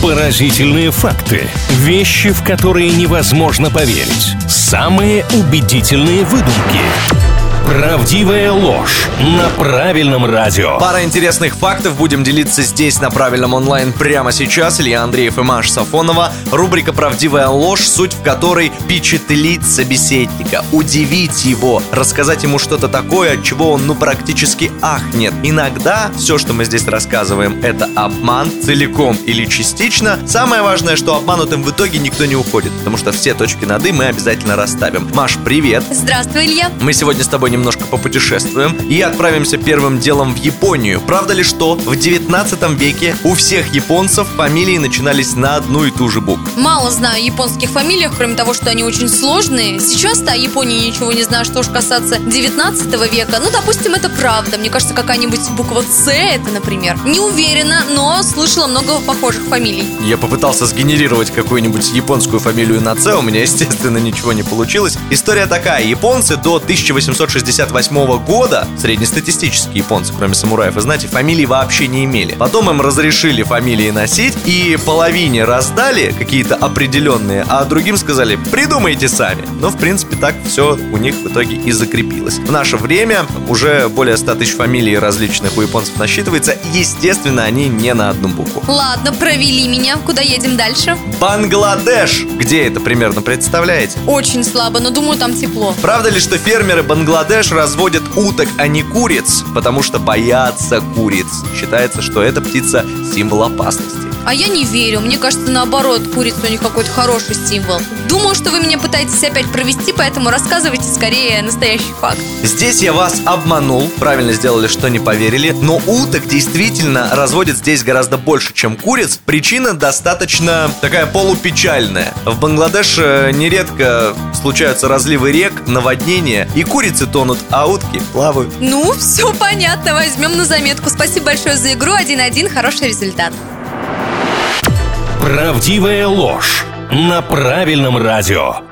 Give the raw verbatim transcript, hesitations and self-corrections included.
Поразительные факты. Вещи, в которые невозможно поверить. Самые убедительные выдумки. Правдивая ложь на правильном радио. Пара интересных фактов будем делиться здесь, на правильном онлайн, прямо сейчас. Илья Андреев и Маша Сафонова. Рубрика «Правдивая ложь», суть в которой впечатлить собеседника, удивить его, рассказать ему что-то такое, от чего он ну практически ахнет. Иногда все, что мы здесь рассказываем, это обман, целиком или частично. Самое важное, что обманутым в итоге никто не уходит, потому что все точки над «и» мы обязательно расставим. Маш, привет! Здравствуй, Илья! Мы сегодня с тобой немножко попутешествуем и отправимся первым делом в Японию. Правда ли, что в девятнадцатом веке у всех японцев фамилии начинались на одну и ту же букву? Мало знаю о японских фамилиях, кроме того, что они очень сложные. Сейчас-то о Японии ничего не знаю, что уж касаться девятнадцатого века. Ну, допустим, это правда. Мне кажется, какая-нибудь буква «С» это, например. Не уверена, но слышала много похожих фамилий. Я попытался сгенерировать какую-нибудь японскую фамилию на «Ц», у меня, естественно, ничего не получилось. История такая. Японцы до тысяча восемьсот шестьдесят восьмого года, среднестатистические японцы, кроме самураев, и знаете, фамилий вообще не имели. Потом им разрешили фамилии носить, и половине раздали какие-то определенные, а другим сказали: придумайте сами. Но, в принципе, так все у них в итоге и закрепилось. В наше время уже более ста тысяч фамилий различных у японцев насчитывается. Естественно, они не на одну букву. Ладно, провели меня. Куда едем дальше? Бангладеш. Где это примерно, представляете? Очень слабо, но думаю, там тепло. Правда ли, что фермеры Бангладеш разводят уток, а не куриц, потому что боятся куриц? Считается, что эта птица – символ опасности. А я не верю. Мне кажется, наоборот, курица у них какой-то хороший символ. Думаю, что вы меня пытаетесь опять провести, поэтому рассказывайте скорее настоящий факт. Здесь я вас обманул. Правильно сделали, что не поверили. Но уток действительно разводят здесь гораздо больше, чем куриц. Причина достаточно такая полупечальная. В Бангладеше нередко случаются разливы рек, наводнения, и курицы тонут, а утки плавают. Ну, все понятно. Возьмем на заметку. Спасибо большое за игру. один-один. Хороший результат. Правдивая ложь на правильном радио.